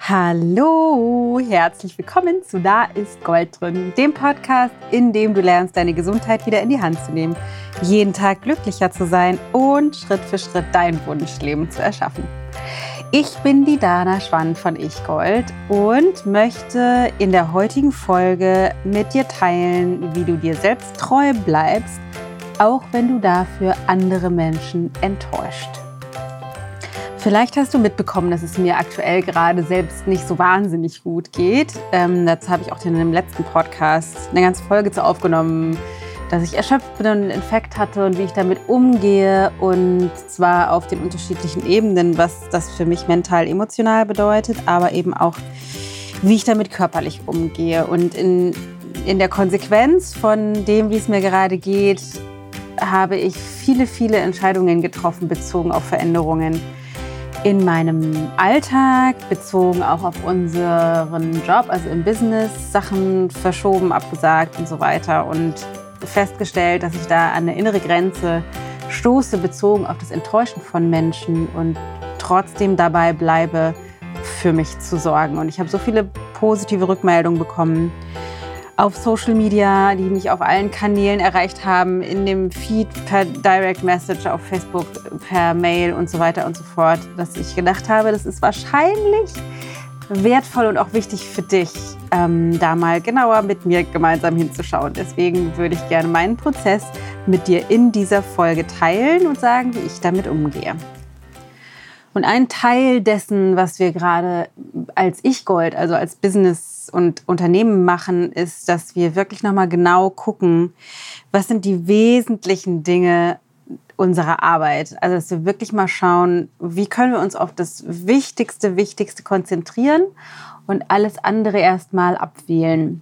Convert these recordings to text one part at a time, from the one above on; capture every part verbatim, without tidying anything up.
Hallo, herzlich willkommen zu Da ist Gold drin, dem Podcast, in dem du lernst, deine Gesundheit wieder in die Hand zu nehmen, jeden Tag glücklicher zu sein und Schritt für Schritt dein Wunschleben zu erschaffen. Ich bin die Dana Schwann von Ich Gold und möchte in der heutigen Folge mit dir teilen, wie du dir selbst treu bleibst, auch wenn du dafür andere Menschen enttäuscht. Vielleicht hast du mitbekommen, dass es mir aktuell gerade selbst nicht so wahnsinnig gut geht. Ähm, dazu habe ich auch in dem letzten Podcast eine ganze Folge zu aufgenommen, dass ich erschöpft bin und einen Infekt hatte und wie ich damit umgehe. Und zwar auf den unterschiedlichen Ebenen, was das für mich mental, emotional bedeutet, aber eben auch, wie ich damit körperlich umgehe. Und in, in der Konsequenz von dem, wie es mir gerade geht, habe ich viele, viele Entscheidungen getroffen, bezogen auf Veränderungen in meinem Alltag, bezogen auch auf unseren Job, also im Business, Sachen verschoben, abgesagt und so weiter und festgestellt, dass ich da an eine innere Grenze stoße, bezogen auf das Enttäuschen von Menschen und trotzdem dabei bleibe, für mich zu sorgen. Und ich habe so viele positive Rückmeldungen bekommen auf Social Media, die mich auf allen Kanälen erreicht haben, in dem Feed, per Direct Message, auf Facebook, per Mail und so weiter und so fort, dass ich gedacht habe, das ist wahrscheinlich wertvoll und auch wichtig für dich, ähm, da mal genauer mit mir gemeinsam hinzuschauen. Deswegen würde ich gerne meinen Prozess mit dir in dieser Folge teilen und sagen, wie ich damit umgehe. Und ein Teil dessen, was wir gerade als Ich Gold, also als Business und Unternehmen machen, ist, dass wir wirklich nochmal genau gucken, was sind die wesentlichen Dinge unserer Arbeit. Also dass wir wirklich mal schauen, wie können wir uns auf das Wichtigste, Wichtigste konzentrieren und alles andere erstmal abwählen.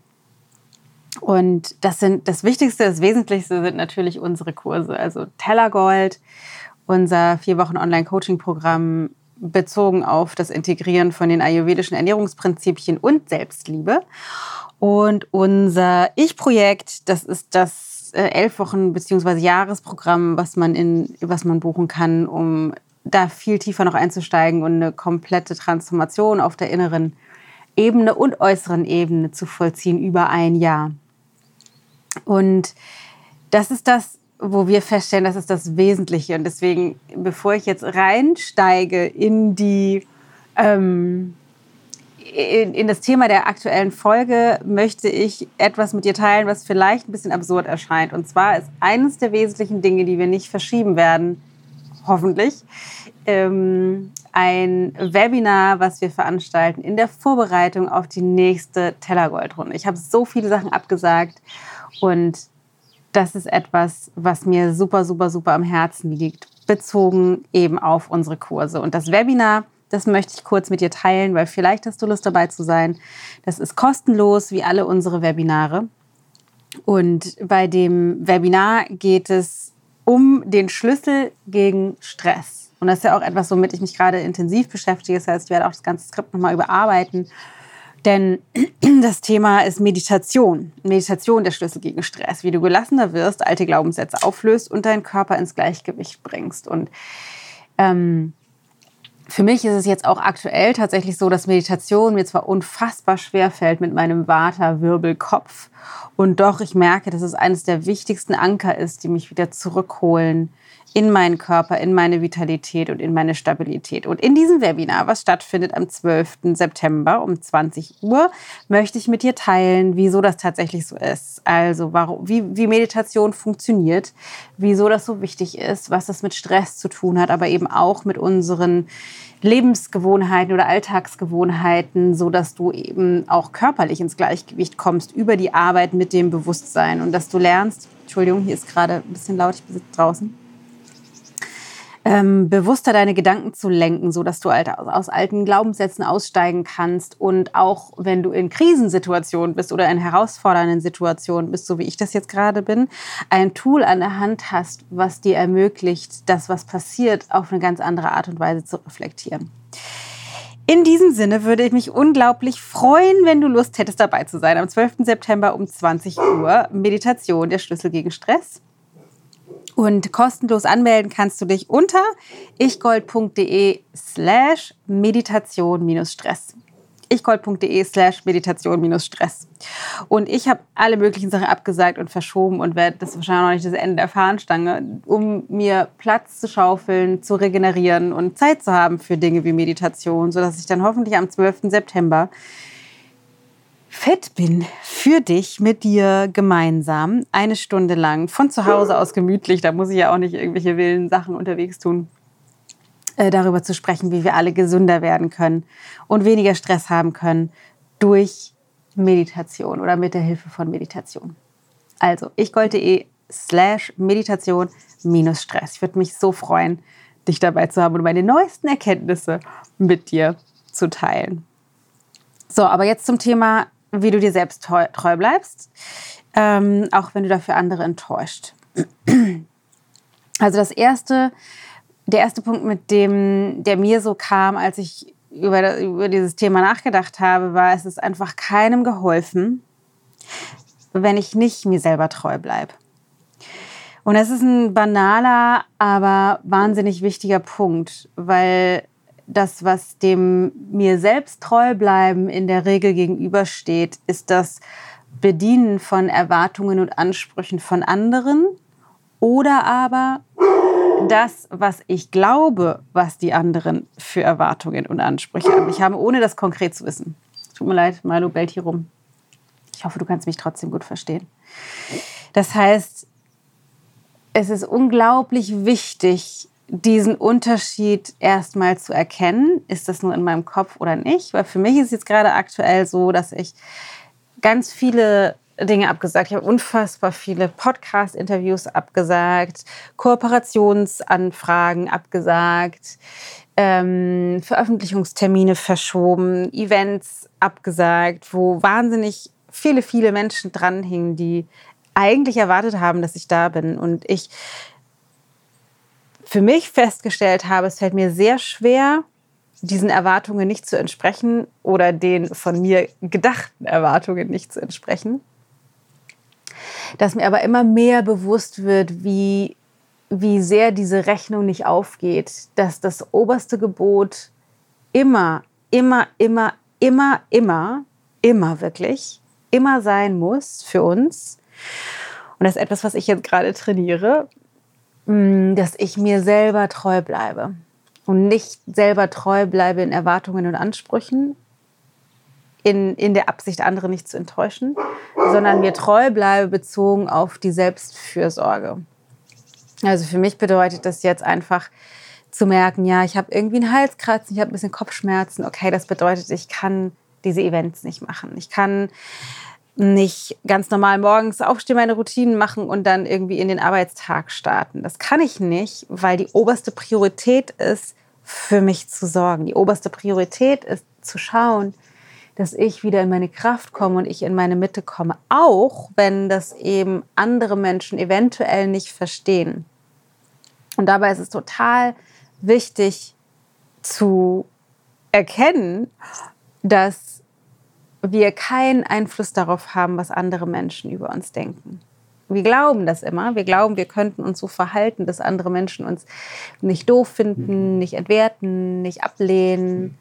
Und das sind das Wichtigste, das Wesentlichste sind natürlich unsere Kurse. Also Tellergold, unser vier Wochen Online-Coaching-Programm bezogen auf das Integrieren von den ayurvedischen Ernährungsprinzipien und Selbstliebe. Und unser Ich-Projekt, das ist das äh, elf Wochen bzw. Jahresprogramm, was man, in, was man buchen kann, um da viel tiefer noch einzusteigen und eine komplette Transformation auf der inneren Ebene und äußeren Ebene zu vollziehen über ein Jahr. Und das ist das, wo wir feststellen, das ist das Wesentliche. Und deswegen, bevor ich jetzt reinsteige in die ähm, in, in das Thema der aktuellen Folge, möchte ich etwas mit dir teilen, was vielleicht ein bisschen absurd erscheint. Und zwar ist eines der wesentlichen Dinge, die wir nicht verschieben werden, hoffentlich, ähm, ein Webinar, was wir veranstalten in der Vorbereitung auf die nächste Tellergold-Runde. Ich habe so viele Sachen abgesagt und das ist etwas, was mir super, super, super am Herzen liegt, bezogen eben auf unsere Kurse. Und das Webinar, das möchte ich kurz mit dir teilen, weil vielleicht hast du Lust dabei zu sein. Das ist kostenlos, wie alle unsere Webinare. Und bei dem Webinar geht es um den Schlüssel gegen Stress. Und das ist ja auch etwas, womit ich mich gerade intensiv beschäftige. Das heißt, ich werde auch das ganze Skript nochmal überarbeiten. Denn das Thema ist Meditation. Meditation, der Schlüssel gegen Stress. Wie du gelassener wirst, alte Glaubenssätze auflöst und deinen Körper ins Gleichgewicht bringst. Und ähm, für mich ist es jetzt auch aktuell tatsächlich so, dass Meditation mir zwar unfassbar schwer fällt mit meinem Vata-Wirbelkopf. Und doch, ich merke, dass es eines der wichtigsten Anker ist, die mich wieder zurückholen in meinen Körper, in meine Vitalität und in meine Stabilität. Und in diesem Webinar, was stattfindet am zwölften September um zwanzig Uhr, möchte ich mit dir teilen, wieso das tatsächlich so ist. Also warum, wie, wie Meditation funktioniert, wieso das so wichtig ist, was das mit Stress zu tun hat, aber eben auch mit unseren Lebensgewohnheiten oder Alltagsgewohnheiten, so dass du eben auch körperlich ins Gleichgewicht kommst über die Arbeit mit dem Bewusstsein und dass du lernst, Entschuldigung, hier ist gerade ein bisschen laut, ich bin draußen, Ähm, bewusster deine Gedanken zu lenken, so dass du halt aus, aus alten Glaubenssätzen aussteigen kannst und auch wenn du in Krisensituationen bist oder in herausfordernden Situationen bist, so wie ich das jetzt gerade bin, ein Tool an der Hand hast, was dir ermöglicht, das, was passiert, auf eine ganz andere Art und Weise zu reflektieren. In diesem Sinne würde ich mich unglaublich freuen, wenn du Lust hättest, dabei zu sein. Am zwölften September um zwanzig Uhr, Meditation, der Schlüssel gegen Stress. Und kostenlos anmelden kannst du dich unter ichgold.de slash Meditation minus Stress. ichgold.de slash Meditation minus Stress. Und ich habe alle möglichen Sachen abgesagt und verschoben und werde das wahrscheinlich noch nicht das Ende der Fahnenstange, um mir Platz zu schaufeln, zu regenerieren und Zeit zu haben für Dinge wie Meditation, sodass ich dann hoffentlich am zwölften September fit bin für dich, mit dir gemeinsam, eine Stunde lang, von zu Hause aus gemütlich, da muss ich ja auch nicht irgendwelche wilden Sachen unterwegs tun, äh, darüber zu sprechen, wie wir alle gesünder werden können und weniger Stress haben können durch Meditation oder mit der Hilfe von Meditation. Also ichgold.de slash Meditation minus Stress. Ich würde mich so freuen, dich dabei zu haben und meine neuesten Erkenntnisse mit dir zu teilen. So, aber jetzt zum Thema, wie du dir selbst treu, treu bleibst, ähm, auch wenn du dafür andere enttäuscht. Also das erste, der erste Punkt, mit dem, der mir so kam, als ich über, über dieses Thema nachgedacht habe, war, es ist einfach keinem geholfen, wenn ich nicht mir selber treu bleibe. Und das ist ein banaler, aber wahnsinnig wichtiger Punkt, weil das, was dem mir selbst treu bleiben in der Regel gegenübersteht, ist das Bedienen von Erwartungen und Ansprüchen von anderen oder aber das, was ich glaube, was die anderen für Erwartungen und Ansprüche an mich haben, ohne das konkret zu wissen. Tut mir leid, Milo bellt hier rum. Ich hoffe, du kannst mich trotzdem gut verstehen. Das heißt, es ist unglaublich wichtig, diesen Unterschied erstmal zu erkennen. Ist das nur in meinem Kopf oder nicht? Weil für mich ist es jetzt gerade aktuell so, dass ich ganz viele Dinge abgesagt. Ich habe unfassbar viele Podcast-Interviews abgesagt, Kooperationsanfragen abgesagt, ähm, Veröffentlichungstermine verschoben, Events abgesagt, wo wahnsinnig viele, viele Menschen dranhingen, die eigentlich erwartet haben, dass ich da bin. Und ich für mich festgestellt habe, es fällt mir sehr schwer, diesen Erwartungen nicht zu entsprechen oder den von mir gedachten Erwartungen nicht zu entsprechen. Dass mir aber immer mehr bewusst wird, wie, wie sehr diese Rechnung nicht aufgeht, dass das oberste Gebot immer, immer, immer, immer, immer, immer wirklich, immer sein muss für uns. Und das ist etwas, was ich jetzt gerade trainiere, dass ich mir selber treu bleibe und nicht selber treu bleibe in Erwartungen und Ansprüchen, in, in der Absicht, andere nicht zu enttäuschen, sondern mir treu bleibe bezogen auf die Selbstfürsorge. Also für mich bedeutet das jetzt einfach zu merken, ja, ich habe irgendwie einen Halskratzen, ich habe ein bisschen Kopfschmerzen. Okay, das bedeutet, ich kann diese Events nicht machen. Ich kann nicht ganz normal morgens aufstehen, meine Routinen machen und dann irgendwie in den Arbeitstag starten. Das kann ich nicht, weil die oberste Priorität ist, für mich zu sorgen. Die oberste Priorität ist, zu schauen, dass ich wieder in meine Kraft komme und ich in meine Mitte komme, auch wenn das eben andere Menschen eventuell nicht verstehen. Und dabei ist es total wichtig zu erkennen, dass wir keinen Einfluss darauf haben, was andere Menschen über uns denken. Wir glauben das immer. Wir glauben, wir könnten uns so verhalten, dass andere Menschen uns nicht doof finden, nicht entwerten, nicht ablehnen.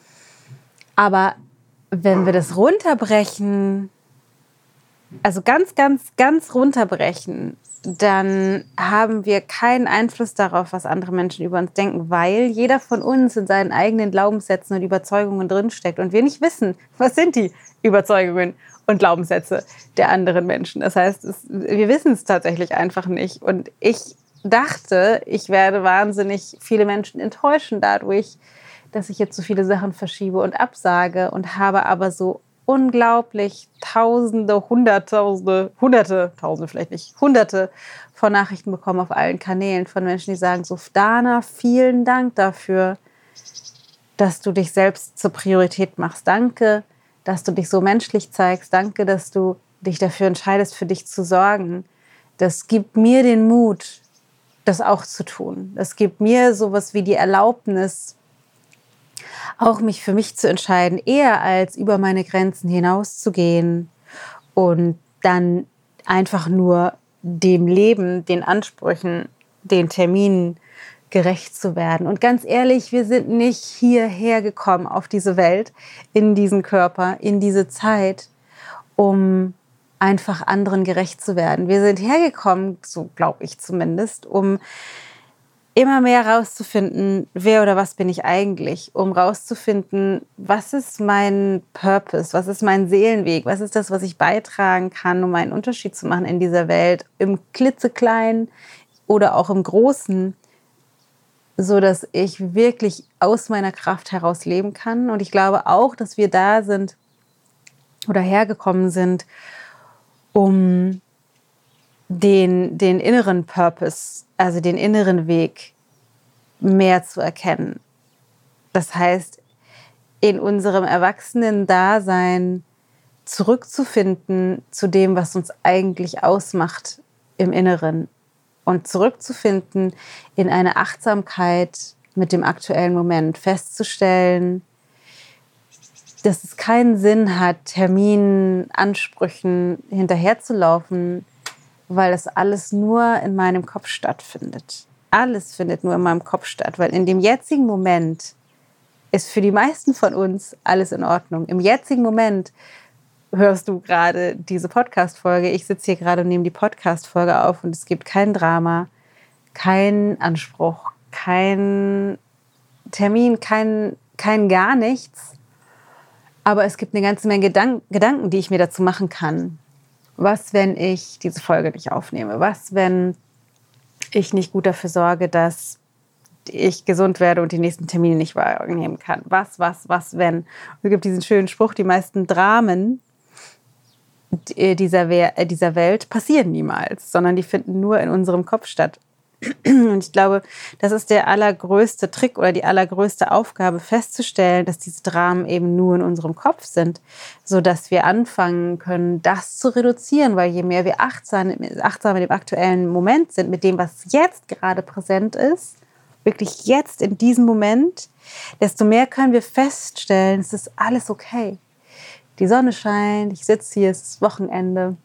Aber wenn wir das runterbrechen, also ganz, ganz, ganz runterbrechen, dann haben wir keinen Einfluss darauf, was andere Menschen über uns denken, weil jeder von uns in seinen eigenen Glaubenssätzen und Überzeugungen drinsteckt und wir nicht wissen, was sind die Überzeugungen und Glaubenssätze der anderen Menschen. Das heißt, es, wir wissen es tatsächlich einfach nicht. Und ich dachte, ich werde wahnsinnig viele Menschen enttäuschen dadurch, dass ich jetzt so viele Sachen verschiebe und absage und habe aber so unglaublich Tausende, Hunderttausende, Hunderte, Tausende vielleicht nicht, Hunderte von Nachrichten bekommen auf allen Kanälen von Menschen, die sagen so, Dana, vielen Dank dafür, dass du dich selbst zur Priorität machst. Danke, dass du dich so menschlich zeigst. Danke, dass du dich dafür entscheidest, für dich zu sorgen. Das gibt mir den Mut, das auch zu tun. Das gibt mir sowas wie die Erlaubnis, auch mich für mich zu entscheiden, eher als über meine Grenzen hinauszugehen und dann einfach nur dem Leben, den Ansprüchen, den Terminen gerecht zu werden. Und ganz ehrlich, wir sind nicht hierher gekommen auf diese Welt, in diesen Körper, in diese Zeit, um einfach anderen gerecht zu werden. Wir sind hergekommen, so glaube ich zumindest, um immer mehr rauszufinden, wer oder was bin ich eigentlich, um rauszufinden, was ist mein Purpose, was ist mein Seelenweg, was ist das, was ich beitragen kann, um einen Unterschied zu machen in dieser Welt, im klitzekleinen oder auch im Großen, so dass ich wirklich aus meiner Kraft heraus leben kann. Und ich glaube auch, dass wir da sind oder hergekommen sind, um den, den inneren Purpose, also den inneren Weg mehr zu erkennen. Das heißt, in unserem Erwachsenen-Dasein zurückzufinden zu dem, was uns eigentlich ausmacht im Inneren und zurückzufinden in eine Achtsamkeit mit dem aktuellen Moment, festzustellen, dass es keinen Sinn hat, Terminen, Ansprüchen hinterherzulaufen, weil das alles nur in meinem Kopf stattfindet. Alles findet nur in meinem Kopf statt, weil in dem jetzigen Moment ist für die meisten von uns alles in Ordnung. Im jetzigen Moment hörst du gerade diese Podcast-Folge. Ich sitze hier gerade und nehme die Podcast-Folge auf und es gibt kein Drama, keinen Anspruch, kein Termin, kein, kein gar nichts. Aber es gibt eine ganze Menge Gedank- Gedanken, die ich mir dazu machen kann. Was, wenn ich diese Folge nicht aufnehme? Was, wenn ich nicht gut dafür sorge, dass ich gesund werde und die nächsten Termine nicht wahrnehmen kann? Was, was, was, wenn? Und es gibt diesen schönen Spruch, die meisten Dramen dieser, We- dieser Welt passieren niemals, sondern die finden nur in unserem Kopf statt. Und ich glaube, das ist der allergrößte Trick oder die allergrößte Aufgabe, festzustellen, dass diese Dramen eben nur in unserem Kopf sind, sodass wir anfangen können, das zu reduzieren, weil je mehr wir achtsam, achtsam in dem aktuellen Moment sind, mit dem, was jetzt gerade präsent ist, wirklich jetzt in diesem Moment, desto mehr können wir feststellen, es ist alles okay. Die Sonne scheint, ich sitze hier, es ist Wochenende.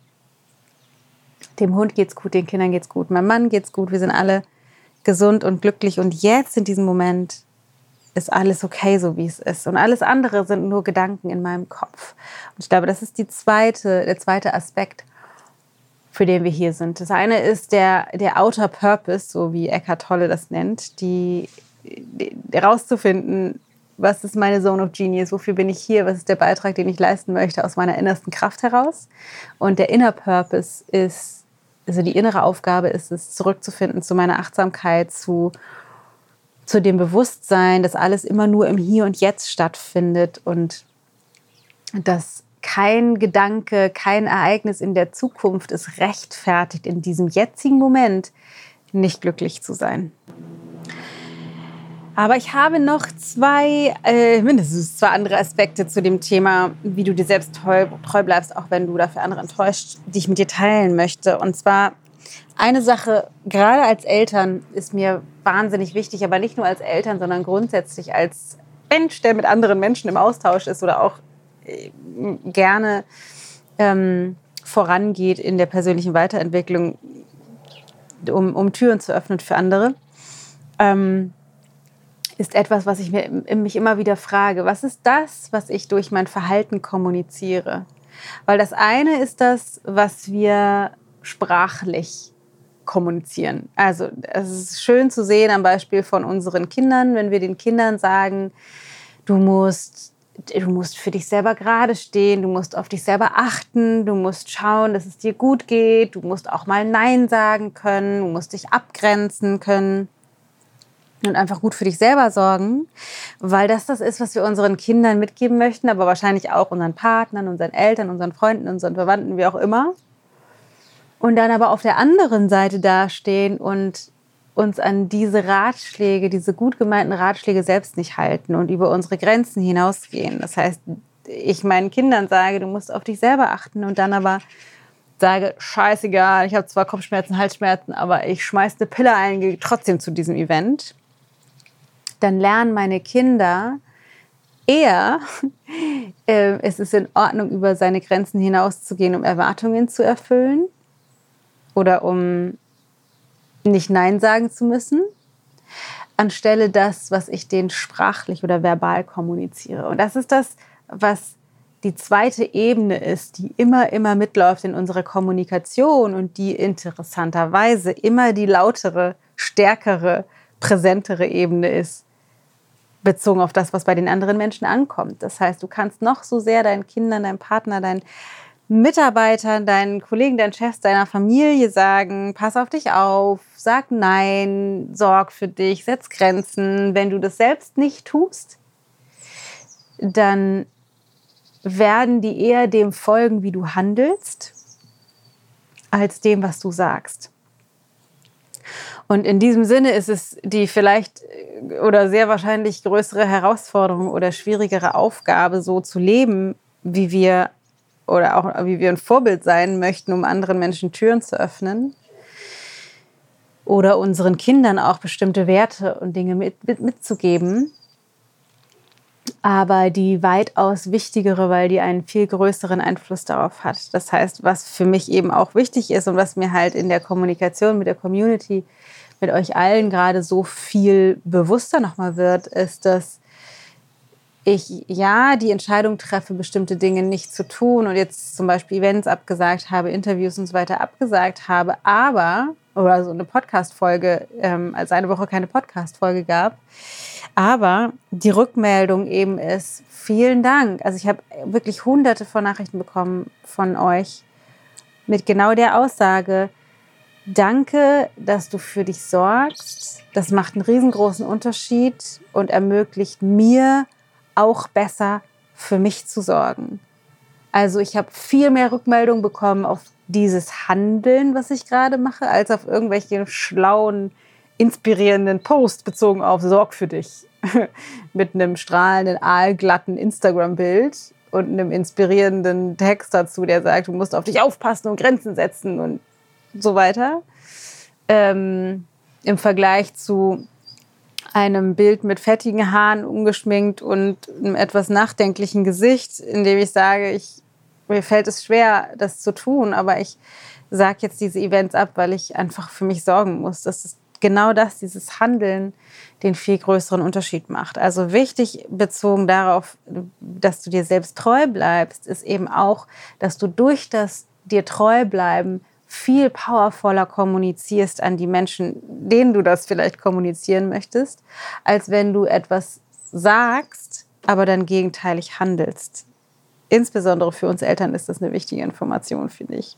Dem Hund geht's gut, den Kindern geht's gut, meinem Mann geht's gut, wir sind alle gesund und glücklich und jetzt in diesem Moment ist alles okay, so wie es ist. Und alles andere sind nur Gedanken in meinem Kopf. Und ich glaube, das ist die zweite, der zweite Aspekt, für den wir hier sind. Das eine ist der, der Outer Purpose, so wie Eckhart Tolle das nennt, die, die herauszufinden, was ist meine Zone of Genius, wofür bin ich hier, was ist der Beitrag, den ich leisten möchte aus meiner innersten Kraft heraus. Und der Inner Purpose ist, also die innere Aufgabe ist es, zurückzufinden zu meiner Achtsamkeit, zu, zu dem Bewusstsein, dass alles immer nur im Hier und Jetzt stattfindet und dass kein Gedanke, kein Ereignis in der Zukunft es rechtfertigt, in diesem jetzigen Moment nicht glücklich zu sein. Aber ich habe noch zwei, äh, mindestens zwei andere Aspekte zu dem Thema, wie du dir selbst treu, treu bleibst, auch wenn du dafür andere enttäuscht, die ich mit dir teilen möchte. Und zwar eine Sache, gerade als Eltern, ist mir wahnsinnig wichtig, aber nicht nur als Eltern, sondern grundsätzlich als Mensch, der mit anderen Menschen im Austausch ist oder auch äh, gerne ähm, vorangeht in der persönlichen Weiterentwicklung, um, um Türen zu öffnen für andere. Ähm, ist etwas, was ich mir, mich immer wieder frage. Was ist das, was ich durch mein Verhalten kommuniziere? Weil das eine ist das, was wir sprachlich kommunizieren. Also es ist schön zu sehen am Beispiel von unseren Kindern, wenn wir den Kindern sagen, du musst, du musst für dich selber gerade stehen, du musst auf dich selber achten, du musst schauen, dass es dir gut geht, du musst auch mal Nein sagen können, du musst dich abgrenzen können. Und einfach gut für dich selber sorgen, weil das das ist, was wir unseren Kindern mitgeben möchten, aber wahrscheinlich auch unseren Partnern, unseren Eltern, unseren Freunden, unseren Verwandten, wie auch immer. Und dann aber auf der anderen Seite dastehen und uns an diese Ratschläge, diese gut gemeinten Ratschläge selbst nicht halten und über unsere Grenzen hinausgehen. Das heißt, ich meinen Kindern sage, du musst auf dich selber achten und dann aber sage, scheißegal, ich habe zwar Kopfschmerzen, Halsschmerzen, aber ich schmeiß eine Pille ein, gehe trotzdem zu diesem Event. Dann lernen meine Kinder eher, äh, es ist in Ordnung, über seine Grenzen hinauszugehen, um Erwartungen zu erfüllen oder um nicht Nein sagen zu müssen. anstelle das, was ich denen sprachlich oder verbal kommuniziere. Und das ist das, was die zweite Ebene ist, die immer, immer mitläuft in unserer Kommunikation und die interessanterweise immer die lautere, stärkere, präsentere Ebene ist, bezogen auf das, was bei den anderen Menschen ankommt. Das heißt, du kannst noch so sehr deinen Kindern, deinem Partner, deinen Mitarbeitern, deinen Kollegen, deinen Chefs, deiner Familie sagen, pass auf dich auf, sag nein, sorg für dich, setz Grenzen. Wenn du das selbst nicht tust, dann werden die eher dem folgen, wie du handelst, als dem, was du sagst. Und in diesem Sinne ist es die vielleicht oder sehr wahrscheinlich größere Herausforderung oder schwierigere Aufgabe, so zu leben, wie wir oder auch wie wir ein Vorbild sein möchten, um anderen Menschen Türen zu öffnen. Oder unseren Kindern auch bestimmte Werte und Dinge mit, mit, mitzugeben. Aber die weitaus wichtigere, weil die einen viel größeren Einfluss darauf hat. Das heißt, was für mich eben auch wichtig ist und was mir halt in der Kommunikation mit der Community, mit euch allen gerade so viel bewusster nochmal wird, ist, dass ich ja die Entscheidung treffe, bestimmte Dinge nicht zu tun und jetzt zum Beispiel Events abgesagt habe, Interviews und so weiter abgesagt habe, aber, oder so eine Podcast-Folge, ähm, als eine Woche keine Podcast-Folge gab, aber die Rückmeldung eben ist, vielen Dank. Also ich habe wirklich hunderte von Nachrichten bekommen von euch mit genau der Aussage, danke, dass du für dich sorgst. Das macht einen riesengroßen Unterschied und ermöglicht mir auch besser für mich zu sorgen. Also ich habe viel mehr Rückmeldung bekommen auf dieses Handeln, was ich gerade mache, als auf irgendwelche schlauen, inspirierenden Post bezogen auf Sorg für dich. Mit einem strahlenden, aalglatten Instagram-Bild und einem inspirierenden Text dazu, der sagt, du musst auf dich aufpassen und Grenzen setzen und so weiter. Ähm, im Vergleich zu einem Bild mit fettigen Haaren, ungeschminkt und einem etwas nachdenklichen Gesicht, in dem ich sage, ich, mir fällt es schwer, das zu tun, aber ich sage jetzt diese Events ab, weil ich einfach für mich sorgen muss. Das ist genau das, dieses Handeln, den viel größeren Unterschied macht. Also wichtig bezogen darauf, dass du dir selbst treu bleibst, ist eben auch, dass du durch das dir treu bleiben viel powervoller kommunizierst an die Menschen, denen du das vielleicht kommunizieren möchtest, als wenn du etwas sagst, aber dann gegenteilig handelst. Insbesondere für uns Eltern ist das eine wichtige Information, finde ich.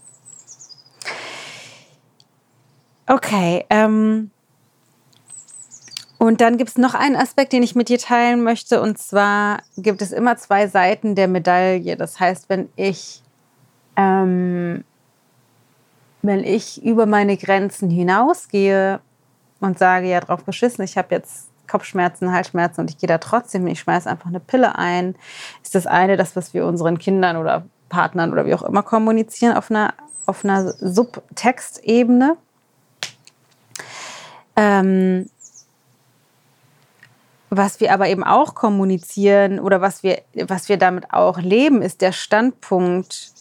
Okay, ähm, und dann gibt es noch einen Aspekt, den ich mit dir teilen möchte, und zwar gibt es immer zwei Seiten der Medaille. Das heißt, wenn ich ähm, wenn ich über meine Grenzen hinausgehe und sage, ja, drauf geschissen, ich habe jetzt Kopfschmerzen, Halsschmerzen und ich gehe da trotzdem, ich schmeiße einfach eine Pille ein, ist das eine, das, was wir unseren Kindern oder Partnern oder wie auch immer kommunizieren, auf einer, auf einer Subtextebene. Ähm, was wir aber eben auch kommunizieren oder was wir, was wir damit auch leben, ist der Standpunkt,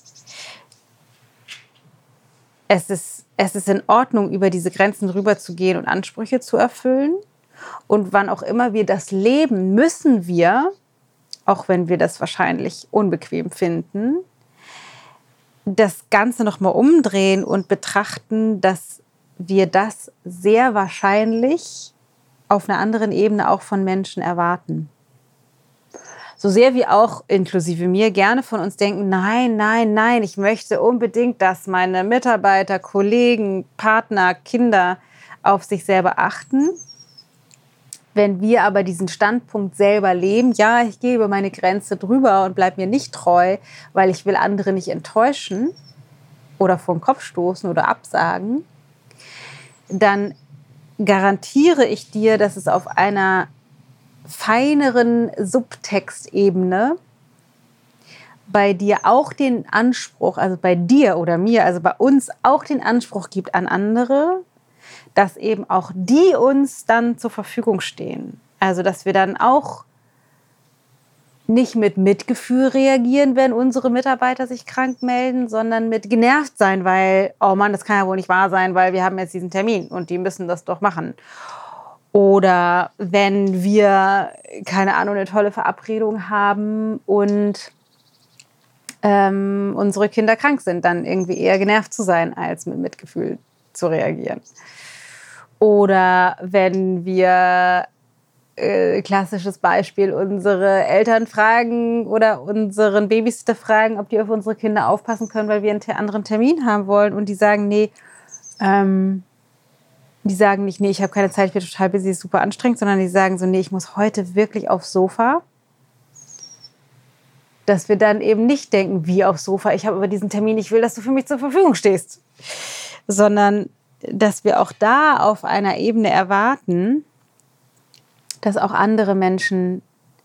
Es ist, es ist in Ordnung, über diese Grenzen rüber zu gehen und Ansprüche zu erfüllen. Und wann auch immer wir das leben, müssen wir, auch wenn wir das wahrscheinlich unbequem finden, das Ganze nochmal umdrehen und betrachten, dass wir das sehr wahrscheinlich auf einer anderen Ebene auch von Menschen erwarten. So sehr wir auch, inklusive mir, gerne von uns denken, nein, nein, nein, ich möchte unbedingt, dass meine Mitarbeiter, Kollegen, Partner, Kinder auf sich selber achten. Wenn wir aber diesen Standpunkt selber leben, ja, ich gehe über meine Grenze drüber und bleibe mir nicht treu, weil ich will andere nicht enttäuschen oder vor den Kopf stoßen oder absagen, dann garantiere ich dir, dass es auf einer feineren Subtextebene bei dir auch den Anspruch, also bei dir oder mir, also bei uns auch den Anspruch gibt an andere, dass eben auch die uns dann zur Verfügung stehen. Also dass wir dann auch nicht mit Mitgefühl reagieren, wenn unsere Mitarbeiter sich krank melden, sondern mit genervt sein, weil, oh Mann, das kann ja wohl nicht wahr sein, weil wir haben jetzt diesen Termin und die müssen das doch machen. Oder wenn wir, keine Ahnung, eine tolle Verabredung haben und ähm, unsere Kinder krank sind, dann irgendwie eher genervt zu sein, als mit Mitgefühl zu reagieren. Oder wenn wir, äh, klassisches Beispiel, unsere Eltern fragen oder unseren Babysitter fragen, ob die auf unsere Kinder aufpassen können, weil wir einen anderen Termin haben wollen und die sagen, nee, ähm, die sagen nicht, nee, ich habe keine Zeit, ich bin total busy, ist super anstrengend, sondern die sagen so, nee, ich muss heute wirklich aufs Sofa. Dass wir dann eben nicht denken, wie aufs Sofa, ich habe aber diesen Termin, ich will, dass du für mich zur Verfügung stehst. Sondern, dass wir auch da auf einer Ebene erwarten, dass auch andere Menschen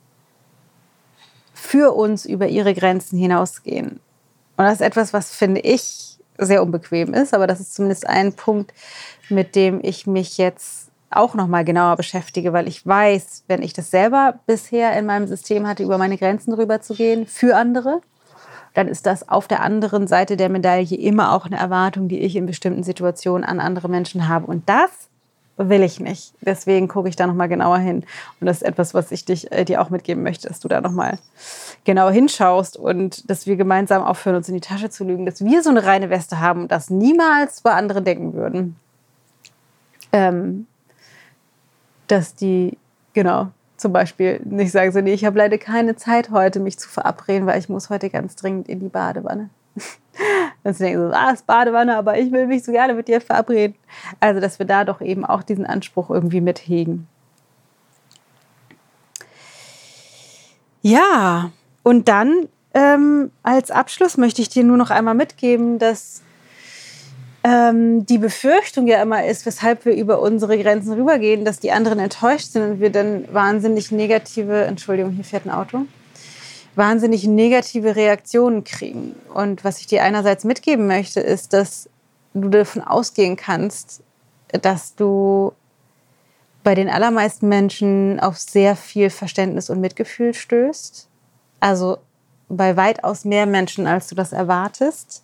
für uns über ihre Grenzen hinausgehen. Und das ist etwas, was, finde ich, sehr unbequem ist, aber das ist zumindest ein Punkt, mit dem ich mich jetzt auch noch mal genauer beschäftige, weil ich weiß, wenn ich das selber bisher in meinem System hatte, über meine Grenzen rüber zu gehen für andere, dann ist das auf der anderen Seite der Medaille immer auch eine Erwartung, die ich in bestimmten Situationen an andere Menschen habe. Und das will ich nicht. Deswegen gucke ich da noch mal genauer hin. Und das ist etwas, was ich dich, äh, dir auch mitgeben möchte, dass du da noch mal genauer hinschaust und dass wir gemeinsam aufhören, uns in die Tasche zu lügen, dass wir so eine reine Weste haben und das niemals bei anderen denken würden. Ähm, dass die, genau, zum Beispiel nicht sagen so, nee, ich habe leider keine Zeit heute, mich zu verabreden, weil ich muss heute ganz dringend in die Badewanne. Dann denken sie so, ah, es ist Badewanne, aber ich will mich so gerne mit dir verabreden. Also, dass wir da doch eben auch diesen Anspruch irgendwie mithegen. Ja, und dann ähm, als Abschluss möchte ich dir nur noch einmal mitgeben, dass ähm, die Befürchtung ja immer ist, weshalb wir über unsere Grenzen rübergehen, dass die anderen enttäuscht sind und wir dann wahnsinnig negative, Entschuldigung, hier fährt ein Auto, wahnsinnig negative Reaktionen kriegen. Und was ich dir einerseits mitgeben möchte, ist, dass du davon ausgehen kannst, dass du bei den allermeisten Menschen auf sehr viel Verständnis und Mitgefühl stößt. Also bei weitaus mehr Menschen, als du das erwartest.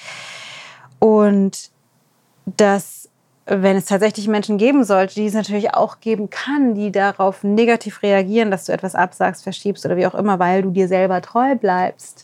Und dass, wenn es tatsächlich Menschen geben sollte, die es natürlich auch geben kann, die darauf negativ reagieren, dass du etwas absagst, verschiebst oder wie auch immer, weil du dir selber treu bleibst,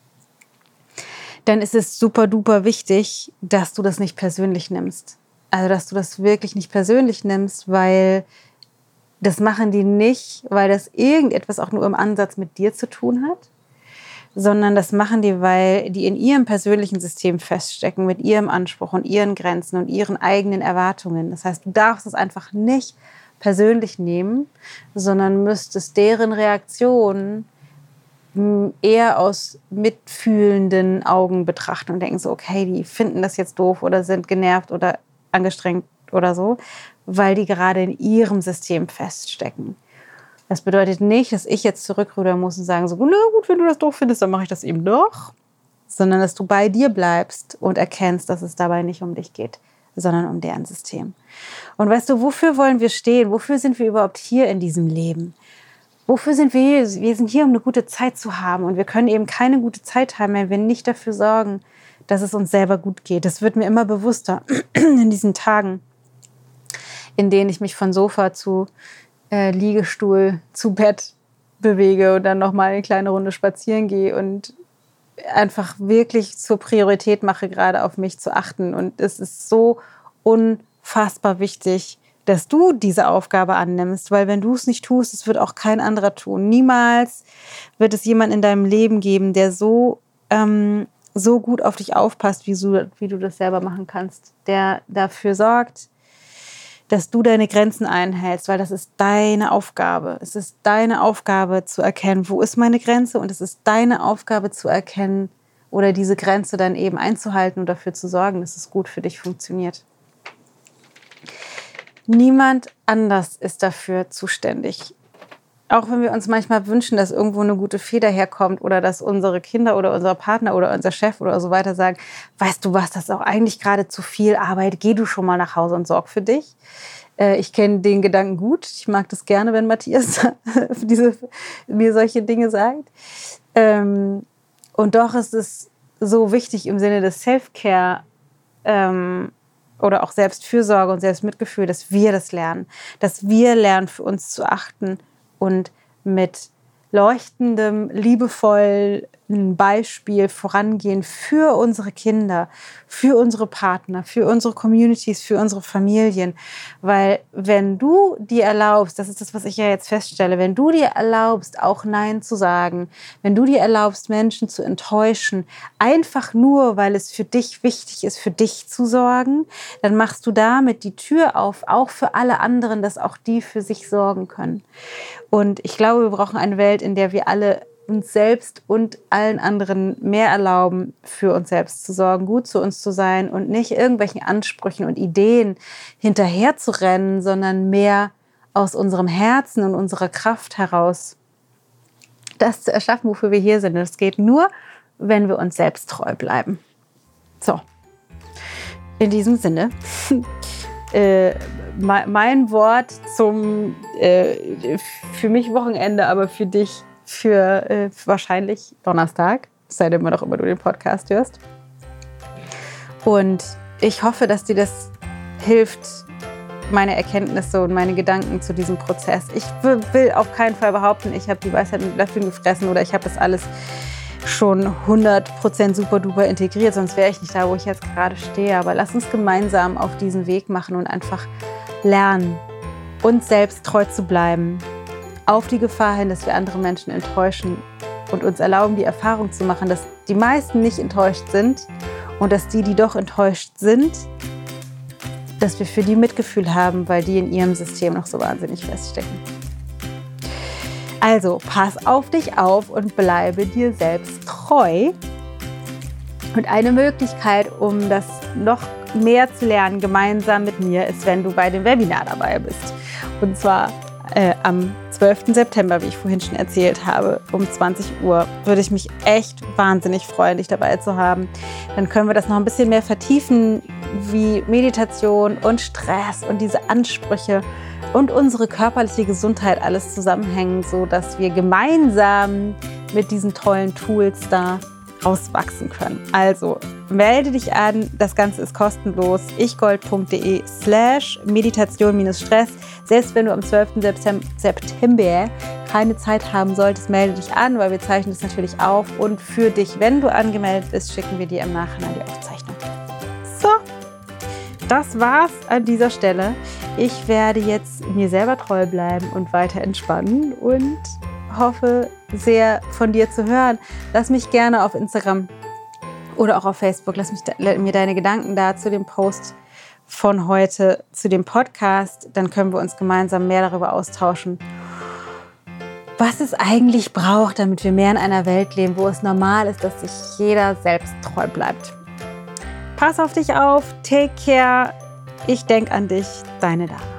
dann ist es super duper wichtig, dass du das nicht persönlich nimmst. Also, dass du das wirklich nicht persönlich nimmst, weil das machen die nicht, weil das irgendetwas auch nur im Ansatz mit dir zu tun hat, sondern das machen die, weil die in ihrem persönlichen System feststecken, mit ihrem Anspruch und ihren Grenzen und ihren eigenen Erwartungen. Das heißt, du darfst es einfach nicht persönlich nehmen, sondern müsstest deren Reaktionen eher aus mitfühlenden Augen betrachten und denken so, okay, die finden das jetzt doof oder sind genervt oder angestrengt oder so, weil die gerade in ihrem System feststecken. Das bedeutet nicht, dass ich jetzt zurückrudern muss und sagen so, na gut, wenn du das doof findest, dann mache ich das eben doch. Sondern dass du bei dir bleibst und erkennst, dass es dabei nicht um dich geht, sondern um deren System. Und weißt du, wofür wollen wir stehen? Wofür sind wir überhaupt hier in diesem Leben? Wofür sind wir hier? Wir sind hier, um eine gute Zeit zu haben. Und wir können eben keine gute Zeit haben, wenn wir nicht dafür sorgen, dass es uns selber gut geht. Das wird mir immer bewusster in diesen Tagen, in denen ich mich von Sofa zu äh, Liegestuhl zu Bett bewege und dann nochmal eine kleine Runde spazieren gehe und einfach wirklich zur Priorität mache, gerade auf mich zu achten. Und es ist so unfassbar wichtig, dass du diese Aufgabe annimmst, weil wenn du es nicht tust, es wird auch kein anderer tun. Niemals wird es jemanden in deinem Leben geben, der so, ähm, so gut auf dich aufpasst, wie du, wie du das selber machen kannst, der dafür sorgt, dass du deine Grenzen einhältst, weil das ist deine Aufgabe. Es ist deine Aufgabe zu erkennen, wo ist meine Grenze, und es ist deine Aufgabe zu erkennen oder diese Grenze dann eben einzuhalten und dafür zu sorgen, dass es gut für dich funktioniert. Niemand anders ist dafür zuständig. Auch wenn wir uns manchmal wünschen, dass irgendwo eine gute Feder herkommt oder dass unsere Kinder oder unser Partner oder unser Chef oder so weiter sagen, weißt du was, das ist auch eigentlich gerade zu viel Arbeit, geh du schon mal nach Hause und sorg für dich. Äh, ich kenne den Gedanken gut. Ich mag das gerne, wenn Matthias diese, mir solche Dinge sagt. Ähm, und doch ist es so wichtig im Sinne des Self-Care, ähm, oder auch Selbstfürsorge und Selbstmitgefühl, dass wir das lernen, dass wir lernen, für uns zu achten und mit leuchtendem, liebevollen Beispiel vorangehen für unsere Kinder, für unsere Partner, für unsere Communities, für unsere Familien. Weil wenn du dir erlaubst, das ist das, was ich ja jetzt feststelle, wenn du dir erlaubst, auch Nein zu sagen, wenn du dir erlaubst, Menschen zu enttäuschen, einfach nur, weil es für dich wichtig ist, für dich zu sorgen, dann machst du damit die Tür auf, auch für alle anderen, dass auch die für sich sorgen können. Und ich glaube, wir brauchen eine Welt, in der wir alle uns selbst und allen anderen mehr erlauben, für uns selbst zu sorgen, gut zu uns zu sein und nicht irgendwelchen Ansprüchen und Ideen hinterher zu rennen, sondern mehr aus unserem Herzen und unserer Kraft heraus das zu erschaffen, wofür wir hier sind. Das geht nur, wenn wir uns selbst treu bleiben. So, in diesem Sinne, äh, mein Wort zum äh, für mich Wochenende, aber für dich für äh, wahrscheinlich Donnerstag, sei denn wann auch immer du den Podcast hörst. Und ich hoffe, dass dir das hilft, meine Erkenntnisse und meine Gedanken zu diesem Prozess. Ich will auf keinen Fall behaupten, ich habe die Weisheit mit Löffeln gefressen oder ich habe das alles schon hundert Prozent super duper integriert, sonst wäre ich nicht da, wo ich jetzt gerade stehe. Aber lass uns gemeinsam auf diesen Weg machen und einfach lernen, uns selbst treu zu bleiben, auf die Gefahr hin, dass wir andere Menschen enttäuschen und uns erlauben, die Erfahrung zu machen, dass die meisten nicht enttäuscht sind und dass die, die doch enttäuscht sind, dass wir für die Mitgefühl haben, weil die in ihrem System noch so wahnsinnig feststecken. Also, pass auf dich auf und bleibe dir selbst treu. Und eine Möglichkeit, um das noch mehr zu lernen, gemeinsam mit mir, ist, wenn du bei dem Webinar dabei bist. Und zwar äh, am zwölften September, wie ich vorhin schon erzählt habe, um zwanzig Uhr, würde ich mich echt wahnsinnig freuen, dich dabei zu haben. Dann können wir das noch ein bisschen mehr vertiefen, wie Meditation und Stress und diese Ansprüche und unsere körperliche Gesundheit alles zusammenhängen, sodass wir gemeinsam mit diesen tollen Tools da rauswachsen können. Also melde dich an, das Ganze ist kostenlos. ichgold.de slash Meditation minus Stress. Selbst wenn du am zwölften September keine Zeit haben solltest, melde dich an, weil wir zeichnen das natürlich auf. Und für dich, wenn du angemeldet bist, schicken wir dir im Nachhinein die Aufzeichnung. So, das war's an dieser Stelle. Ich werde jetzt mir selber treu bleiben und weiter entspannen und hoffe sehr von dir zu hören. Lass mich gerne auf Instagram oder auch auf Facebook, lass mich da, mir deine Gedanken da zu dem Post von heute, zu dem Podcast. Dann können wir uns gemeinsam mehr darüber austauschen, was es eigentlich braucht, damit wir mehr in einer Welt leben, wo es normal ist, dass sich jeder selbst treu bleibt. Pass auf dich auf, take care. Ich denke an dich, deine Dara.